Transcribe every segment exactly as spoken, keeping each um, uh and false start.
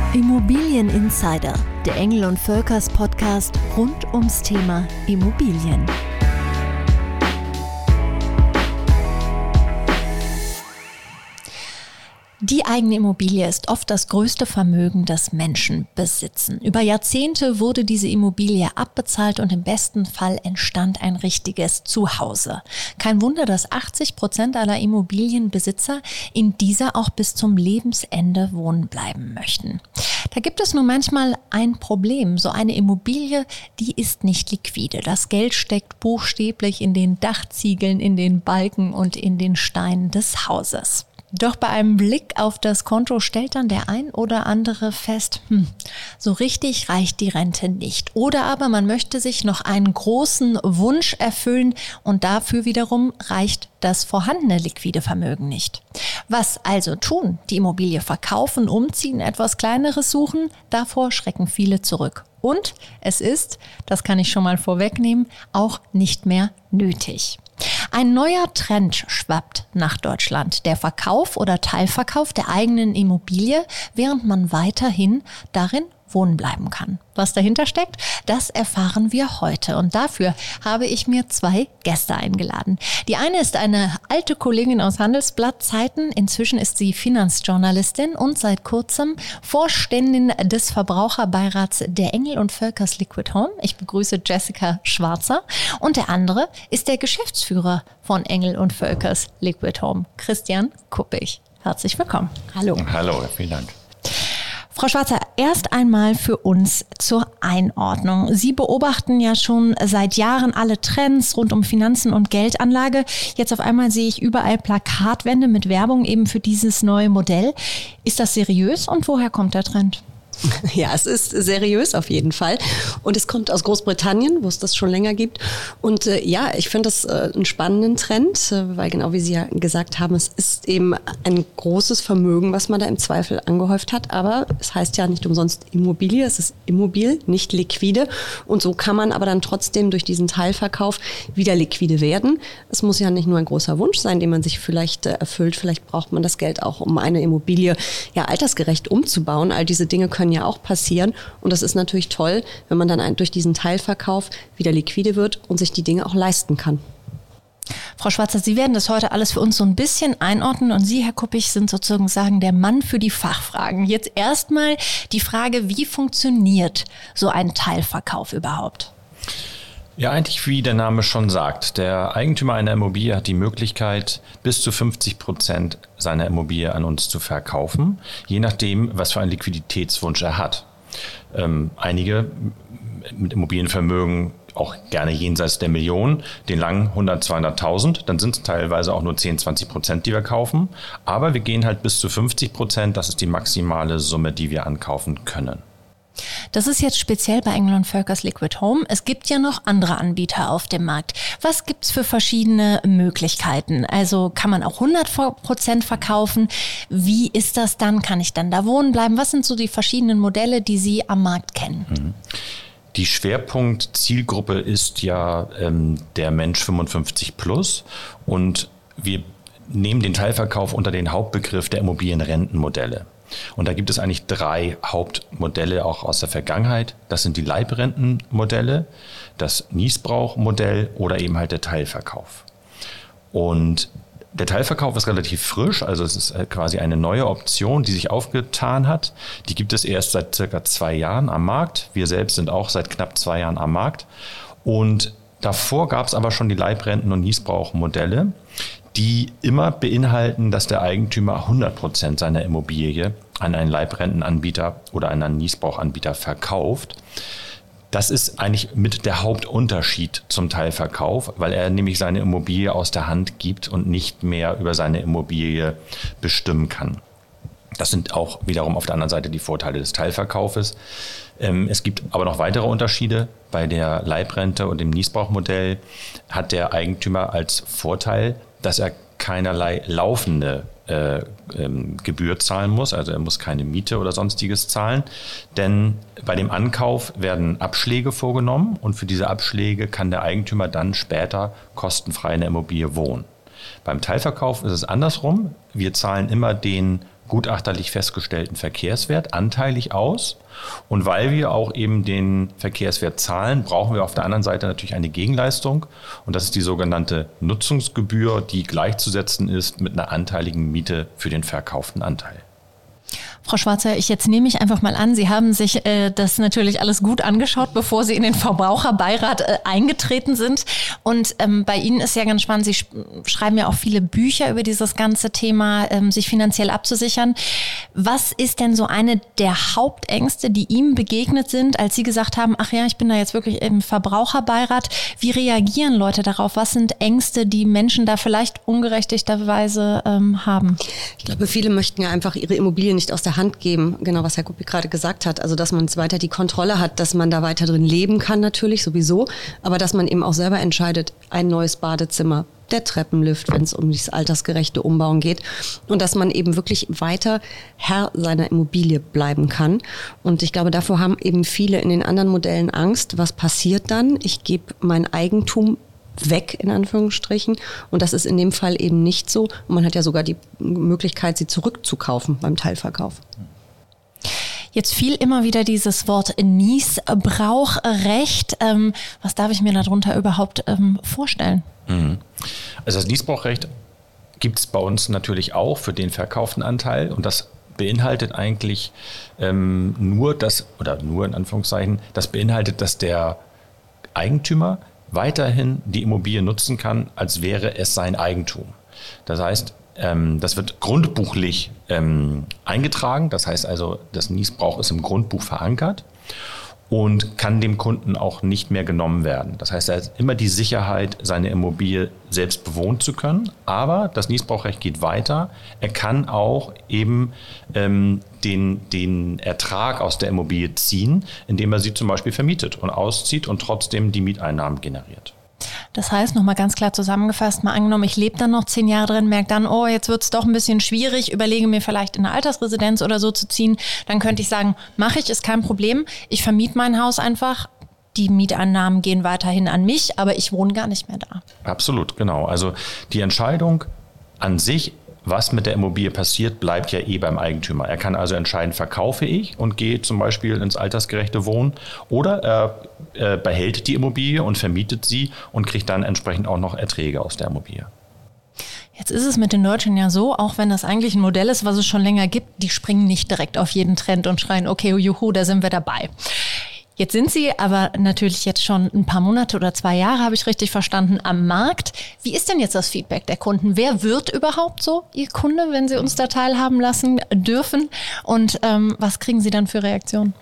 Immobilien Insider, der Engel und Völkers Podcast rund ums Thema Immobilien. Die eigene Immobilie ist oft das größte Vermögen, das Menschen besitzen. Über Jahrzehnte wurde diese Immobilie abbezahlt und im besten Fall entstand ein richtiges Zuhause. Kein Wunder, dass achtzig Prozent aller Immobilienbesitzer in dieser auch bis zum Lebensende wohnen bleiben möchten. Da gibt es nur manchmal ein Problem. So eine Immobilie, die ist nicht liquide. Das Geld steckt buchstäblich in den Dachziegeln, in den Balken und in den Steinen des Hauses. Doch bei einem Blick auf das Konto stellt dann der ein oder andere fest, hm, so richtig reicht die Rente nicht. Oder aber man möchte sich noch einen großen Wunsch erfüllen und dafür wiederum reicht das vorhandene liquide Vermögen nicht. Was also tun? Die Immobilie verkaufen, umziehen, etwas Kleineres suchen? Davor schrecken viele zurück. Und es ist, das kann ich schon mal vorwegnehmen, auch nicht mehr nötig. Ein neuer Trend schwappt nach Deutschland, der Verkauf oder Teilverkauf der eigenen Immobilie, während man weiterhin darin wohnen bleiben kann. Was dahinter steckt, das erfahren wir heute. Und dafür habe ich mir zwei Gäste eingeladen. Die eine ist eine alte Kollegin aus Handelsblatt-Zeiten. Inzwischen ist sie Finanzjournalistin und seit kurzem Vorständin des Verbraucherbeirats der Engel und Völkers Liquid Home. Ich begrüße Jessica Schwarzer. Und der andere ist der Geschäftsführer von Engel und Völkers Liquid Home, Christian Kuppig. Herzlich willkommen. Hallo. Hallo, vielen Dank. Frau Schwarzer, erst einmal für uns zur Einordnung. Sie beobachten ja schon seit Jahren alle Trends rund um Finanzen und Geldanlage. Jetzt auf einmal sehe ich überall Plakatwände mit Werbung eben für dieses neue Modell. Ist das seriös und woher kommt der Trend? Ja, es ist seriös auf jeden Fall und es kommt aus Großbritannien, wo es das schon länger gibt und äh, ja, ich finde das äh, einen spannenden Trend, äh, weil genau wie Sie ja gesagt haben, es ist eben ein großes Vermögen, was man da im Zweifel angehäuft hat, aber es heißt ja nicht umsonst Immobilie, es ist immobil, nicht liquide und so kann man aber dann trotzdem durch diesen Teilverkauf wieder liquide werden. Es muss ja nicht nur ein großer Wunsch sein, den man sich vielleicht äh, erfüllt, vielleicht braucht man das Geld auch, um eine Immobilie ja altersgerecht umzubauen. All diese Dinge können ja auch passieren und das ist natürlich toll, wenn man dann durch diesen Teilverkauf wieder liquide wird und sich die Dinge auch leisten kann. Frau Schwarzer, Sie werden das heute alles für uns so ein bisschen einordnen und Sie, Herr Kuppig, sind sozusagen der Mann für die Fachfragen. Jetzt erstmal die Frage, wie funktioniert so ein Teilverkauf überhaupt? Ja, eigentlich wie der Name schon sagt. Der Eigentümer einer Immobilie hat die Möglichkeit, bis zu fünfzig Prozent seiner Immobilie an uns zu verkaufen, je nachdem, was für einen Liquiditätswunsch er hat. Ähm, einige mit Immobilienvermögen auch gerne jenseits der Million, den langen hundert, zweihunderttausend, dann sind es teilweise auch nur zehn, zwanzig Prozent, die wir kaufen. Aber wir gehen halt bis zu fünfzig Prozent, das ist die maximale Summe, die wir ankaufen können. Das ist jetzt speziell bei Engel und Völkers Liquid Home. Es gibt ja noch andere Anbieter auf dem Markt. Was gibt es für verschiedene Möglichkeiten? Also kann man auch hundert Prozent verkaufen? Wie ist das dann? Kann ich dann da wohnen bleiben? Was sind so die verschiedenen Modelle, die Sie am Markt kennen? Die Schwerpunkt-Zielgruppe ist ja ähm, der Mensch fünfundfünfzig plus und wir nehmen den Teilverkauf unter den Hauptbegriff der Immobilienrentenmodelle. Und da gibt es eigentlich drei Hauptmodelle auch aus der Vergangenheit. Das sind die Leibrentenmodelle, das Niesbrauchmodell oder eben halt der Teilverkauf. Und der Teilverkauf ist relativ frisch, also es ist quasi eine neue Option, die sich aufgetan hat. Die gibt es erst seit circa zwei Jahren am Markt. Wir selbst sind auch seit knapp zwei Jahren am Markt. Und davor gab es aber schon die Leibrenten- und Niesbrauchmodelle, die immer beinhalten, dass der Eigentümer hundert Prozent seiner Immobilie an einen Leibrentenanbieter oder einen Niesbrauchanbieter verkauft. Das ist eigentlich mit der Hauptunterschied zum Teilverkauf, weil er nämlich seine Immobilie aus der Hand gibt und nicht mehr über seine Immobilie bestimmen kann. Das sind auch wiederum auf der anderen Seite die Vorteile des Teilverkaufes. Es gibt aber noch weitere Unterschiede. Bei der Leibrente und dem Niesbrauchmodell hat der Eigentümer als Vorteil, dass er keinerlei laufende äh, ähm, Gebühr zahlen muss. Also er muss keine Miete oder sonstiges zahlen. Denn bei dem Ankauf werden Abschläge vorgenommen und für diese Abschläge kann der Eigentümer dann später kostenfrei in der Immobilie wohnen. Beim Teilverkauf ist es andersrum. Wir zahlen immer den gutachterlich festgestellten Verkehrswert anteilig aus. Und weil wir auch eben den Verkehrswert zahlen, brauchen wir auf der anderen Seite natürlich eine Gegenleistung. Und das ist die sogenannte Nutzungsgebühr, die gleichzusetzen ist mit einer anteiligen Miete für den verkauften Anteil. Frau Schwarzer, ich jetzt nehme ich einfach mal an, Sie haben sich äh, das natürlich alles gut angeschaut, bevor Sie in den Verbraucherbeirat äh, eingetreten sind. Und ähm, bei Ihnen ist ja ganz spannend, Sie sch- schreiben ja auch viele Bücher über dieses ganze Thema, ähm, sich finanziell abzusichern. Was ist denn so eine der Hauptängste, die Ihnen begegnet sind, als Sie gesagt haben, ach ja, ich bin da jetzt wirklich im Verbraucherbeirat? Wie reagieren Leute darauf? Was sind Ängste, die Menschen da vielleicht ungerechtigterweise ähm, haben? Ich glaube, viele möchten ja einfach ihre Immobilien nicht aus der Hand geben, genau was Herr Guppi gerade gesagt hat, also dass man jetzt weiter die Kontrolle hat, dass man da weiter drin leben kann natürlich sowieso, aber dass man eben auch selber entscheidet, ein neues Badezimmer, der Treppenlift, wenn es um das altersgerechte Umbauen geht und dass man eben wirklich weiter Herr seiner Immobilie bleiben kann und ich glaube, davor haben eben viele in den anderen Modellen Angst, was passiert dann? Ich gebe mein Eigentum weg, in Anführungsstrichen. Und das ist in dem Fall eben nicht so. Und man hat ja sogar die Möglichkeit, sie zurückzukaufen beim Teilverkauf. Jetzt fiel immer wieder dieses Wort Nießbrauchrecht. Ähm, was darf ich mir darunter überhaupt ähm, vorstellen? Also das Nießbrauchrecht gibt es bei uns natürlich auch für den verkauften Anteil. Und das beinhaltet eigentlich ähm, nur das, oder nur in Anführungszeichen, das beinhaltet, dass der Eigentümer weiterhin die Immobilie nutzen kann, als wäre es sein Eigentum. Das heißt, ähm, das wird grundbuchlich ähm, eingetragen. Das heißt also, das Nießbrauch ist im Grundbuch verankert und kann dem Kunden auch nicht mehr genommen werden. Das heißt, er hat immer die Sicherheit, seine Immobilie selbst bewohnen zu können. Aber das Nießbrauchrecht geht weiter. Er kann auch eben ähm, den, den Ertrag aus der Immobilie ziehen, indem er sie zum Beispiel vermietet und auszieht und trotzdem die Mieteinnahmen generiert. Das heißt, nochmal ganz klar zusammengefasst, mal angenommen, ich lebe dann noch zehn Jahre drin, merke dann, oh, jetzt wird es doch ein bisschen schwierig, überlege mir vielleicht in eine Altersresidenz oder so zu ziehen, dann könnte ich sagen, mache ich, ist kein Problem, ich vermiete mein Haus einfach, die Mieteinnahmen gehen weiterhin an mich, aber ich wohne gar nicht mehr da. Absolut, genau. Also die Entscheidung an sich, was mit der Immobilie passiert, bleibt ja eh beim Eigentümer. Er kann also entscheiden, verkaufe ich und gehe zum Beispiel ins altersgerechte Wohnen oder er äh, behält die Immobilie und vermietet sie und kriegt dann entsprechend auch noch Erträge aus der Immobilie. Jetzt ist es mit den Deutschen ja so, auch wenn das eigentlich ein Modell ist, was es schon länger gibt, die springen nicht direkt auf jeden Trend und schreien, okay, juhu, da sind wir dabei. Jetzt sind Sie aber natürlich jetzt schon ein paar Monate oder zwei Jahre, habe ich richtig verstanden, am Markt. Wie ist denn jetzt das Feedback der Kunden? Wer wird überhaupt so Ihr Kunde, wenn Sie uns da teilhaben lassen dürfen? Und ähm, was kriegen Sie dann für Reaktionen?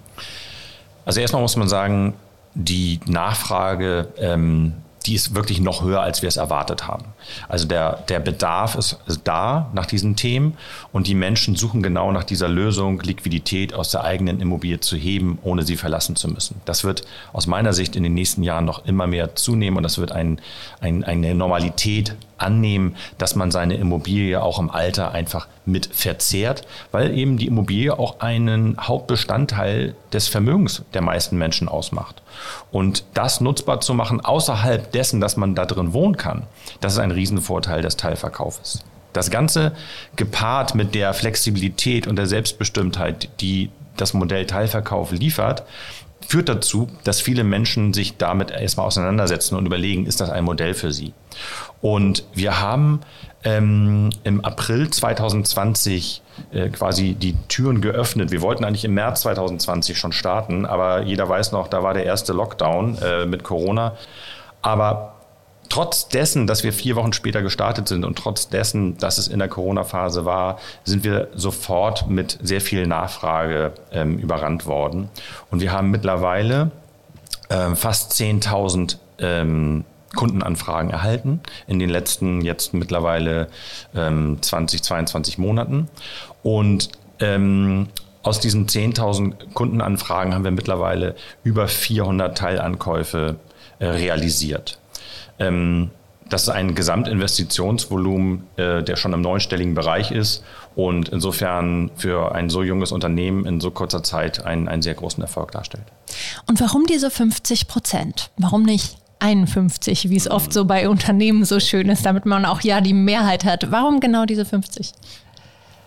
Also erstmal muss man sagen, die Nachfrage, ähm, die ist wirklich noch höher, als wir es erwartet haben. Also der, der Bedarf ist da nach diesen Themen und die Menschen suchen genau nach dieser Lösung, Liquidität aus der eigenen Immobilie zu heben, ohne sie verlassen zu müssen. Das wird aus meiner Sicht in den nächsten Jahren noch immer mehr zunehmen und das wird ein, ein, eine Normalität annehmen, dass man seine Immobilie auch im Alter einfach mit verzehrt, weil eben die Immobilie auch einen Hauptbestandteil des Vermögens der meisten Menschen ausmacht. Und das nutzbar zu machen, außerhalb dessen, dass man da drin wohnen kann, das ist ein Riesenvorteil des Teilverkaufes. Das Ganze gepaart mit der Flexibilität und der Selbstbestimmtheit, die das Modell Teilverkauf liefert, führt dazu, dass viele Menschen sich damit erstmal auseinandersetzen und überlegen, ist das ein Modell für sie? Und wir haben ähm, im April zwanzig zwanzig äh, quasi die Türen geöffnet. Wir wollten eigentlich im März zwanzig zwanzig schon starten, aber jeder weiß noch, da war der erste Lockdown äh, mit Corona. Aber trotz dessen, dass wir vier Wochen später gestartet sind und trotz dessen, dass es in der Corona-Phase war, sind wir sofort mit sehr viel Nachfrage ähm, überrannt worden. Und wir haben mittlerweile ähm, fast zehntausend ähm, Kundenanfragen erhalten in den letzten jetzt mittlerweile ähm, zwanzig, zweiundzwanzig Monaten. Und ähm, aus diesen zehntausend Kundenanfragen haben wir mittlerweile über vierhundert Teilankäufe äh, realisiert. Das ist ein Gesamtinvestitionsvolumen, der schon im neunstelligen Bereich ist und insofern für ein so junges Unternehmen in so kurzer Zeit einen, einen sehr großen Erfolg darstellt. Und warum diese fünfzig Prozent? Warum nicht einundfünfzig, wie es oft so bei Unternehmen so schön ist, damit man auch ja die Mehrheit hat? Warum genau diese fünfzig?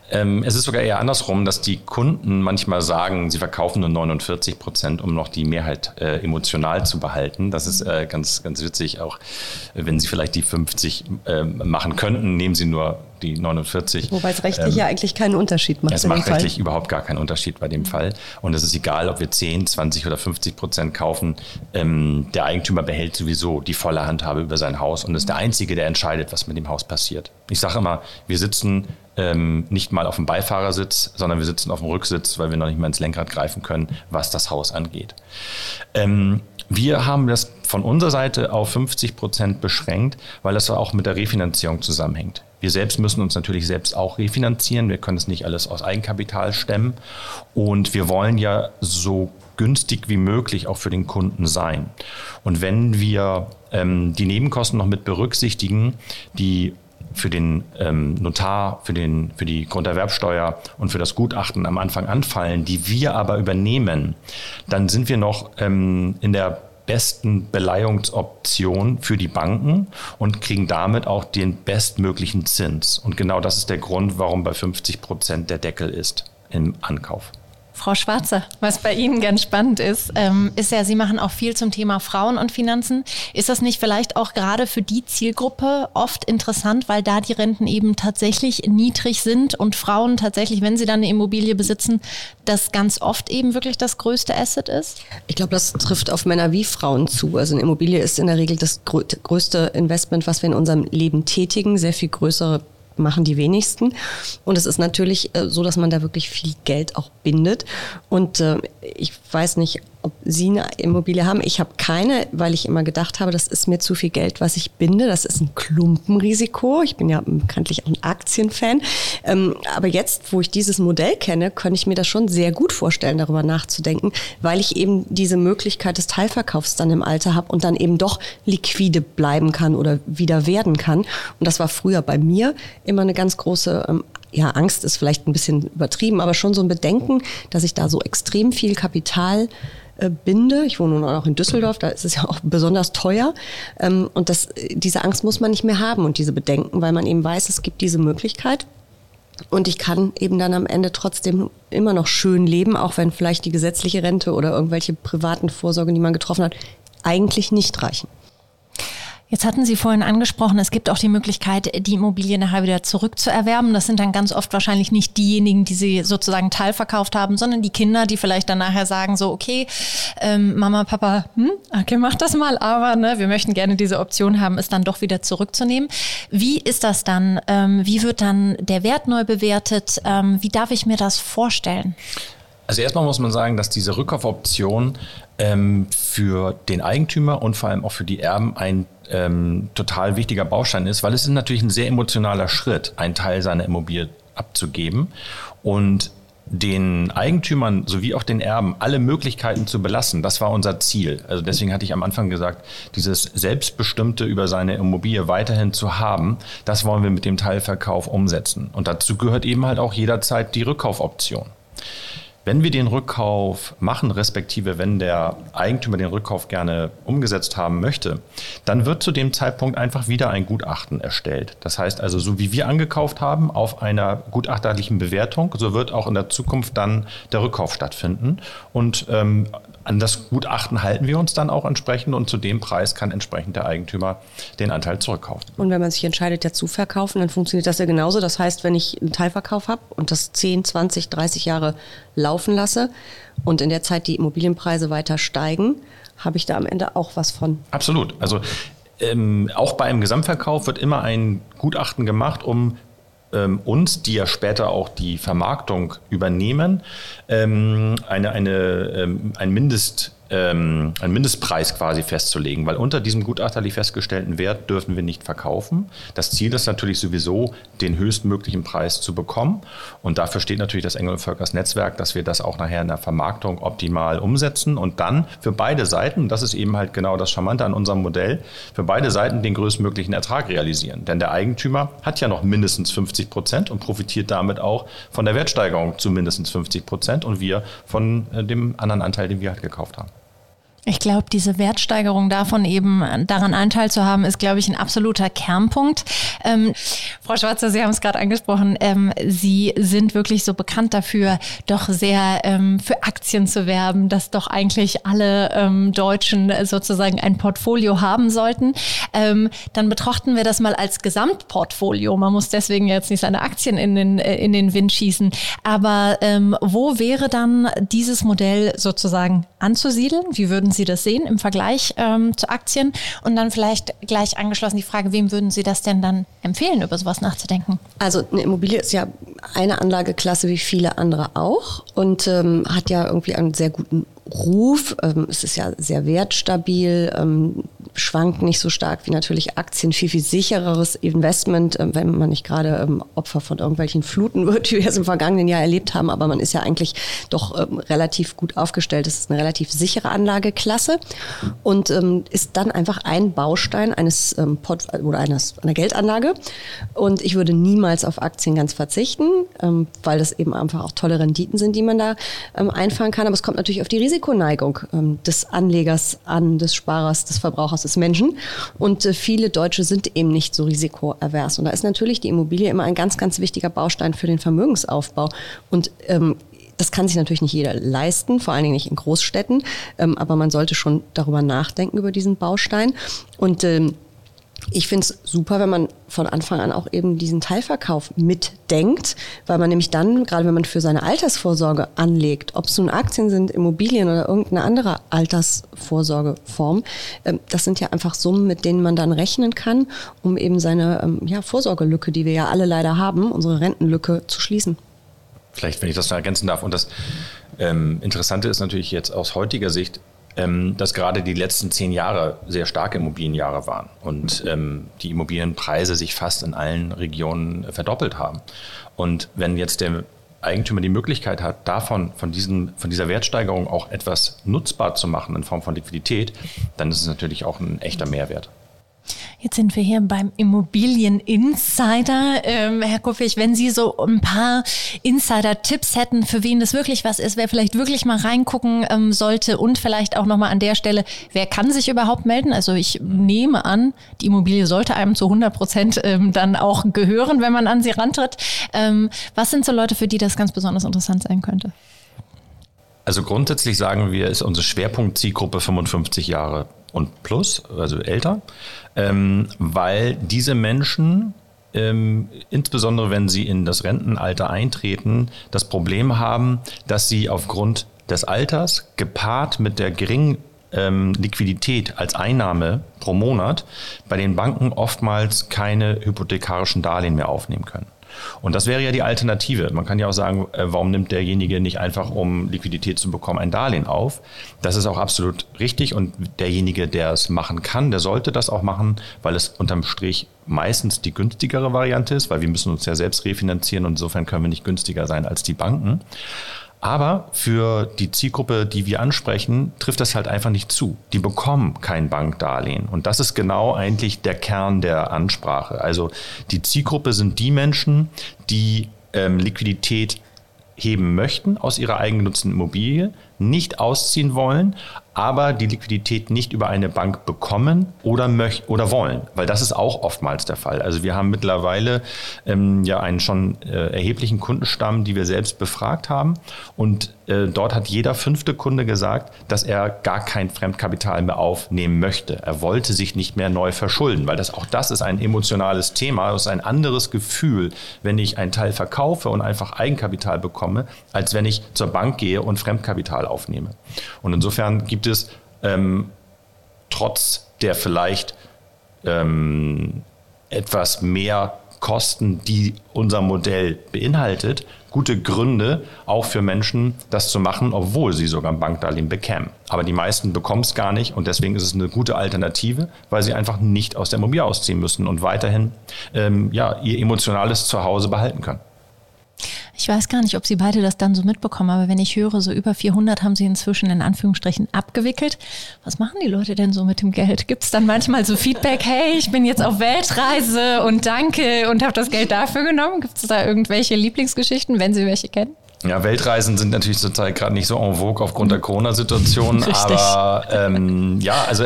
Ähm, es ist sogar eher andersrum, dass die Kunden manchmal sagen, sie verkaufen nur neunundvierzig Prozent, um noch die Mehrheit äh, emotional zu behalten. Das ist äh, ganz, ganz witzig. Auch wenn sie vielleicht die fünfzig äh, machen könnten, nehmen sie nur die neunundvierzig. Wobei es rechtlich ähm, ja eigentlich keinen Unterschied macht. Es macht rechtlich überhaupt gar keinen Unterschied bei dem Fall. Und es ist egal, ob wir zehn, zwanzig oder fünfzig Prozent kaufen. Ähm, der Eigentümer behält sowieso die volle Handhabe über sein Haus und ist der Einzige, der entscheidet, was mit dem Haus passiert. Ich sage immer, wir sitzen ähm, nicht mal auf dem Beifahrersitz, sondern wir sitzen auf dem Rücksitz, weil wir noch nicht mal ins Lenkrad greifen können, was das Haus angeht. Ähm, wir haben das von unserer Seite auf fünfzig Prozent beschränkt, weil das auch mit der Refinanzierung zusammenhängt. Wir selbst müssen uns natürlich selbst auch refinanzieren. Wir können es nicht alles aus Eigenkapital stemmen. Und wir wollen ja so günstig wie möglich auch für den Kunden sein. Und wenn wir ähm, die Nebenkosten noch mit berücksichtigen, die für den ähm, Notar, für, den, für die Grunderwerbsteuer und für das Gutachten am Anfang anfallen, die wir aber übernehmen, dann sind wir noch ähm, in der besten Beleihungsoption für die Banken und kriegen damit auch den bestmöglichen Zins. Und genau das ist der Grund, warum bei fünfzig Prozent der Deckel ist im Ankauf. Frau Schwarze, was bei Ihnen ganz spannend ist, ähm, ist ja, Sie machen auch viel zum Thema Frauen und Finanzen. Ist das nicht vielleicht auch gerade für die Zielgruppe oft interessant, weil da die Renten eben tatsächlich niedrig sind und Frauen tatsächlich, wenn sie dann eine Immobilie besitzen, das ganz oft eben wirklich das größte Asset ist? Ich glaube, das trifft auf Männer wie Frauen zu. Also eine Immobilie ist in der Regel das größte Investment, was wir in unserem Leben tätigen. Sehr viel größere machen die wenigsten. Und es ist natürlich äh, so, dass man da wirklich viel Geld auch bindet. Und äh, ich weiß nicht, ob Sie eine Immobilie haben. Ich habe keine, weil ich immer gedacht habe, das ist mir zu viel Geld, was ich binde. Das ist ein Klumpenrisiko. Ich bin ja bekanntlich auch ein Aktienfan. Ähm, aber jetzt, wo ich dieses Modell kenne, kann ich mir das schon sehr gut vorstellen, darüber nachzudenken, weil ich eben diese Möglichkeit des Teilverkaufs dann im Alter habe und dann eben doch liquide bleiben kann oder wieder werden kann. Und das war früher bei mir immer eine ganz große ähm, ja, Angst ist vielleicht ein bisschen übertrieben, aber schon so ein Bedenken, dass ich da so extrem viel Kapital äh, binde. Ich wohne nun auch in Düsseldorf, da ist es ja auch besonders teuer. Ähm, und das, diese Angst muss man nicht mehr haben und diese Bedenken, weil man eben weiß, es gibt diese Möglichkeit. Und ich kann eben dann am Ende trotzdem immer noch schön leben, auch wenn vielleicht die gesetzliche Rente oder irgendwelche privaten Vorsorgen, die man getroffen hat, eigentlich nicht reichen. Jetzt hatten Sie vorhin angesprochen, es gibt auch die Möglichkeit, die Immobilie nachher wieder zurückzuerwerben. Das sind dann ganz oft wahrscheinlich nicht diejenigen, die sie sozusagen teilverkauft haben, sondern die Kinder, die vielleicht dann nachher sagen so, okay, ähm, Mama, Papa, hm, okay, mach das mal, aber ne, wir möchten gerne diese Option haben, es dann doch wieder zurückzunehmen. Wie ist das dann? Ähm, wie wird dann der Wert neu bewertet? Ähm, wie darf ich mir das vorstellen? Also erstmal muss man sagen, dass diese Rückkaufoption ähm, für den Eigentümer und vor allem auch für die Erben ein ähm, total wichtiger Baustein ist, weil es ist natürlich ein sehr emotionaler Schritt, einen Teil seiner Immobilie abzugeben und den Eigentümern sowie auch den Erben alle Möglichkeiten zu belassen. Das war unser Ziel. Also deswegen hatte ich am Anfang gesagt, dieses Selbstbestimmte über seine Immobilie weiterhin zu haben, das wollen wir mit dem Teilverkauf umsetzen. Und dazu gehört eben halt auch jederzeit die Rückkaufoption. Wenn wir den Rückkauf machen, respektive wenn der Eigentümer den Rückkauf gerne umgesetzt haben möchte, dann wird zu dem Zeitpunkt einfach wieder ein Gutachten erstellt. Das heißt also, so wie wir angekauft haben auf einer gutachterlichen Bewertung, so wird auch in der Zukunft dann der Rückkauf stattfinden. Und ähm, an das Gutachten halten wir uns dann auch entsprechend und zu dem Preis kann entsprechend der Eigentümer den Anteil zurückkaufen. Und wenn man sich entscheidet, ja zu verkaufen, dann funktioniert das ja genauso. Das heißt, wenn ich einen Teilverkauf habe und das zehn, zwanzig, dreißig Jahre laufen lasse und in der Zeit die Immobilienpreise weiter steigen, habe ich da am Ende auch was von. Absolut. Also ähm, auch bei einem Gesamtverkauf wird immer ein Gutachten gemacht, um ähm, uns, die ja später auch die Vermarktung übernehmen, ähm, eine, eine, ähm, ein Mindest ähm, einen Mindestpreis quasi festzulegen, weil unter diesem gutachterlich festgestellten Wert dürfen wir nicht verkaufen. Das Ziel ist natürlich sowieso, den höchstmöglichen Preis zu bekommen und dafür steht natürlich das Engel und Völkers Netzwerk, dass wir das auch nachher in der Vermarktung optimal umsetzen und dann für beide Seiten, das ist eben halt genau das Charmante an unserem Modell, für beide Seiten den größtmöglichen Ertrag realisieren. Denn der Eigentümer hat ja noch mindestens fünfzig Prozent und profitiert damit auch von der Wertsteigerung zu mindestens fünfzig Prozent und wir von dem anderen Anteil, den wir halt gekauft haben. Ich glaube, diese Wertsteigerung davon eben daran Anteil zu haben, ist, glaube ich, ein absoluter Kernpunkt. Ähm, Frau Schwarzer, Sie haben es gerade angesprochen, ähm, Sie sind wirklich so bekannt dafür, doch sehr ähm, für Aktien zu werben, dass doch eigentlich alle ähm, Deutschen sozusagen ein Portfolio haben sollten. Ähm, dann betrachten wir das mal als Gesamtportfolio. Man muss deswegen jetzt nicht seine Aktien in den, in den Wind schießen. Aber ähm, wo wäre dann dieses Modell sozusagen anzusiedeln? Wie würden Sie das sehen im Vergleich ähm, zu Aktien? Und dann vielleicht gleich angeschlossen die Frage, wem würden Sie das denn dann empfehlen, über sowas nachzudenken? Also eine Immobilie ist ja eine Anlageklasse wie viele andere auch und ähm, hat ja irgendwie einen sehr guten Ruf. Ähm, es ist ja sehr wertstabil, ähm, schwankt nicht so stark wie natürlich Aktien, viel, viel sichereres Investment, ähm, wenn man nicht gerade ähm, Opfer von irgendwelchen Fluten wird, wie wir es im vergangenen Jahr erlebt haben, aber man ist ja eigentlich doch ähm, relativ gut aufgestellt. Es ist eine relativ sichere Anlageklasse und ähm, ist dann einfach ein Baustein eines ähm, Port- oder eines, einer Geldanlage. Und ich würde niemals auf Aktien ganz verzichten, ähm, weil das eben einfach auch tolle Renditen sind, die man da ähm, einfahren kann. Aber es kommt natürlich auf die Risikoneigung ähm, des Anlegers an, des Sparers, des Verbrauchers, des Menschen. Und äh, viele Deutsche sind eben nicht so risikoavers. Und da ist natürlich die Immobilie immer ein ganz, ganz wichtiger Baustein für den Vermögensaufbau. Und ähm, das kann sich natürlich nicht jeder leisten, vor allen Dingen nicht in Großstädten. Ähm, aber man sollte schon darüber nachdenken, über diesen Baustein. Und ähm, ich finde es super, wenn man von Anfang an auch eben diesen Teilverkauf mitdenkt, weil man nämlich dann, gerade wenn man für seine Altersvorsorge anlegt, ob es nun Aktien sind, Immobilien oder irgendeine andere Altersvorsorgeform, äh, das sind ja einfach Summen, mit denen man dann rechnen kann, um eben seine ähm, ja, Vorsorgelücke, die wir ja alle leider haben, unsere Rentenlücke zu schließen. Vielleicht, wenn ich das noch ergänzen darf. Und das ähm, Interessante ist natürlich jetzt aus heutiger Sicht, ähm, dass gerade die letzten zehn Jahre sehr starke Immobilienjahre waren und ähm, die Immobilienpreise sich fast in allen Regionen verdoppelt haben. Und wenn jetzt der Eigentümer die Möglichkeit hat, davon, von, diesen, von dieser Wertsteigerung auch etwas nutzbar zu machen in Form von Liquidität, dann ist es natürlich auch ein echter Mehrwert. Jetzt sind wir hier beim Immobilien-Insider. Ähm, Herr Kuffig, wenn Sie so ein paar Insider-Tipps hätten, für wen das wirklich was ist, wer vielleicht wirklich mal reingucken ähm, sollte und vielleicht auch nochmal an der Stelle, wer kann sich überhaupt melden? Also ich nehme an, die Immobilie sollte einem zu hundert Prozent ähm, dann auch gehören, wenn man an sie rantritt. Ähm, was sind so Leute, für die das ganz besonders interessant sein könnte? Also grundsätzlich sagen wir, ist unsere Schwerpunktzielgruppe fünfundfünfzig Jahre und plus, also älter, ähm, weil diese Menschen, ähm, insbesondere wenn sie in das Rentenalter eintreten, das Problem haben, dass sie aufgrund des Alters gepaart mit der geringen ähm, Liquidität als Einnahme pro Monat bei den Banken oftmals keine hypothekarischen Darlehen mehr aufnehmen können. Und das wäre ja die Alternative. Man kann ja auch sagen, warum nimmt derjenige nicht einfach, um Liquidität zu bekommen, ein Darlehen auf? Das ist auch absolut richtig und derjenige, der es machen kann, der sollte das auch machen, weil es unterm Strich meistens die günstigere Variante ist, weil wir müssen uns ja selbst refinanzieren und insofern können wir nicht günstiger sein als die Banken. Aber für die Zielgruppe, die wir ansprechen, trifft das halt einfach nicht zu. Die bekommen kein Bankdarlehen. Und das ist genau eigentlich der Kern der Ansprache. Also die Zielgruppe sind die Menschen, die ähm, Liquidität heben möchten aus ihrer eigengenutzten Immobilie, nicht ausziehen wollen, aber die Liquidität nicht über eine Bank bekommen oder möchten oder wollen, weil das ist auch oftmals der Fall. Also wir haben mittlerweile ähm, ja einen schon äh, erheblichen Kundenstamm, die wir selbst befragt haben und äh, dort hat jeder fünfte Kunde gesagt, dass er gar kein Fremdkapital mehr aufnehmen möchte. Er wollte sich nicht mehr neu verschulden, weil das auch das ist ein emotionales Thema, das ist ein anderes Gefühl, wenn ich einen Teil verkaufe und einfach Eigenkapital bekomme, als wenn ich zur Bank gehe und Fremdkapital aufnehme. Und insofern gibt es ähm, trotz der vielleicht ähm, etwas mehr Kosten, die unser Modell beinhaltet, gute Gründe auch für Menschen, das zu machen, obwohl sie sogar ein Bankdarlehen bekämen. Aber die meisten bekommen es gar nicht und deswegen ist es eine gute Alternative, weil sie einfach nicht aus der Immobilie ausziehen müssen und weiterhin ähm, ja, ihr emotionales Zuhause behalten können. Ich weiß gar nicht, ob Sie beide das dann so mitbekommen, aber wenn ich höre, so über vierhundert haben Sie inzwischen in Anführungsstrichen abgewickelt. Was machen die Leute denn so mit dem Geld? Gibt es dann manchmal so Feedback, hey, ich bin jetzt auf Weltreise und danke und habe das Geld dafür genommen? Gibt es da irgendwelche Lieblingsgeschichten, wenn Sie welche kennen? Ja, Weltreisen sind natürlich zurzeit gerade nicht so en vogue aufgrund der Corona-Situation, aber ähm, ja, also äh,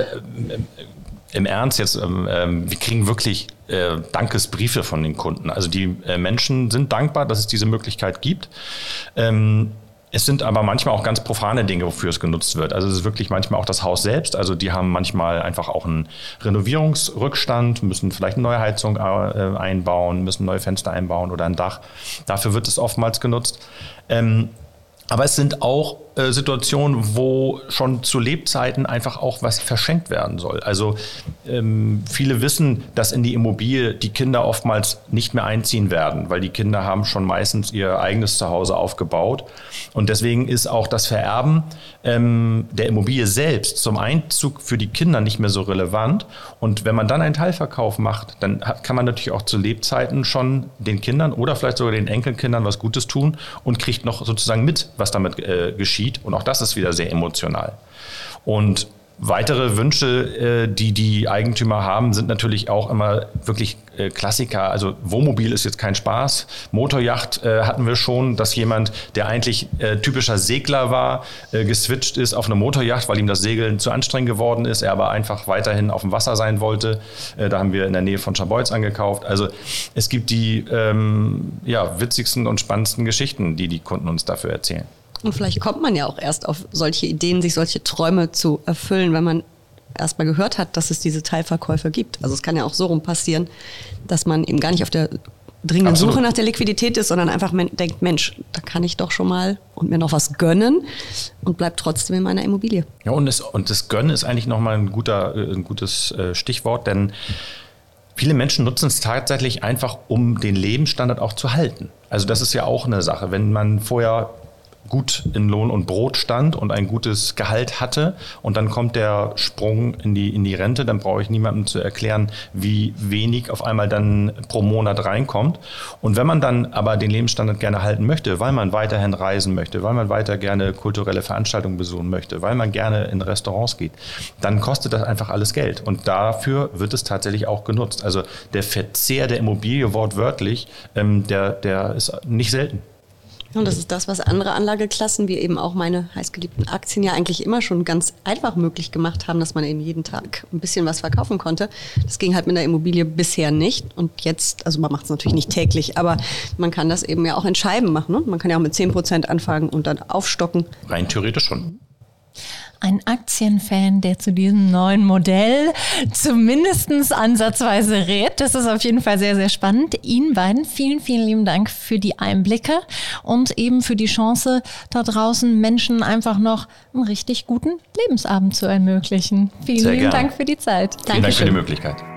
im Ernst jetzt, ähm, wir kriegen wirklich äh, Dankesbriefe von den Kunden. Also die äh, Menschen sind dankbar, dass es diese Möglichkeit gibt. Ähm, Es sind aber manchmal auch ganz profane Dinge, wofür es genutzt wird. Also es ist wirklich manchmal auch das Haus selbst. Also die haben manchmal einfach auch einen Renovierungsrückstand, müssen vielleicht eine neue Heizung äh, einbauen, müssen neue Fenster einbauen oder ein Dach. Dafür wird es oftmals genutzt. Ähm, aber es sind auch äh, Situationen, wo schon zu Lebzeiten einfach auch was verschenkt werden soll. Also ähm, viele wissen, dass in die Immobilie die Kinder oftmals nicht mehr einziehen werden, weil die Kinder haben schon meistens ihr eigenes Zuhause aufgebaut. Und deswegen ist auch das Vererben ähm, der Immobilie selbst zum Einzug für die Kinder nicht mehr so relevant. Und wenn man dann einen Teilverkauf macht, dann hat, kann man natürlich auch zu Lebzeiten schon den Kindern oder vielleicht sogar den Enkelkindern was Gutes tun und kriegt noch sozusagen mit, was damit äh, geschieht. Und auch das ist wieder sehr emotional. Und weitere Wünsche, äh, die die Eigentümer haben, sind natürlich auch immer wirklich äh, Klassiker. Also Wohnmobil ist jetzt kein Spaß. Motoryacht äh, hatten wir schon, dass jemand, der eigentlich äh, typischer Segler war, äh, geswitcht ist auf eine Motoryacht, weil ihm das Segeln zu anstrengend geworden ist, er aber einfach weiterhin auf dem Wasser sein wollte. Äh, da haben wir in der Nähe von Scharbeutz angekauft. Also es gibt die ähm, ja, witzigsten und spannendsten Geschichten, die die Kunden uns dafür erzählen. Und vielleicht kommt man ja auch erst auf solche Ideen, sich solche Träume zu erfüllen, wenn man erst mal gehört hat, dass es diese Teilverkäufe gibt. Also es kann ja auch so rum passieren, dass man eben gar nicht auf der dringenden Absolut. Suche nach der Liquidität ist, sondern einfach men- denkt, Mensch, da kann ich doch schon mal und mir noch was gönnen und bleibt trotzdem in meiner Immobilie. Ja, und das, und das Gönnen ist eigentlich nochmal ein, guter, ein gutes Stichwort, denn viele Menschen nutzen es tatsächlich einfach, um den Lebensstandard auch zu halten. Also das ist ja auch eine Sache. Wenn man vorher gut in Lohn und Brot stand und ein gutes Gehalt hatte und dann kommt der Sprung in die, in die Rente, dann brauche ich niemandem zu erklären, wie wenig auf einmal dann pro Monat reinkommt. Und wenn man dann aber den Lebensstandard gerne halten möchte, weil man weiterhin reisen möchte, weil man weiter gerne kulturelle Veranstaltungen besuchen möchte, weil man gerne in Restaurants geht, dann kostet das einfach alles Geld. Und dafür wird es tatsächlich auch genutzt. Also der Verzehr der Immobilie wortwörtlich, ähm, der, der ist nicht selten. Und das ist das, was andere Anlageklassen, wie eben auch meine heißgeliebten Aktien, ja eigentlich immer schon ganz einfach möglich gemacht haben, dass man eben jeden Tag ein bisschen was verkaufen konnte. Das ging halt mit der Immobilie bisher nicht. Und jetzt, also man macht es natürlich nicht täglich, aber man kann das eben ja auch in Scheiben machen. Ne? Man kann ja auch mit zehn Prozent anfangen und dann aufstocken. Rein theoretisch schon. Ein Aktienfan, der zu diesem neuen Modell zumindest ansatzweise rät. Das ist auf jeden Fall sehr, sehr spannend. Ihnen beiden vielen, vielen lieben Dank für die Einblicke und eben für die Chance, da draußen Menschen einfach noch einen richtig guten Lebensabend zu ermöglichen. Vielen Sehr lieben gerne. Dank für die Zeit. Vielen Dank für die Möglichkeit.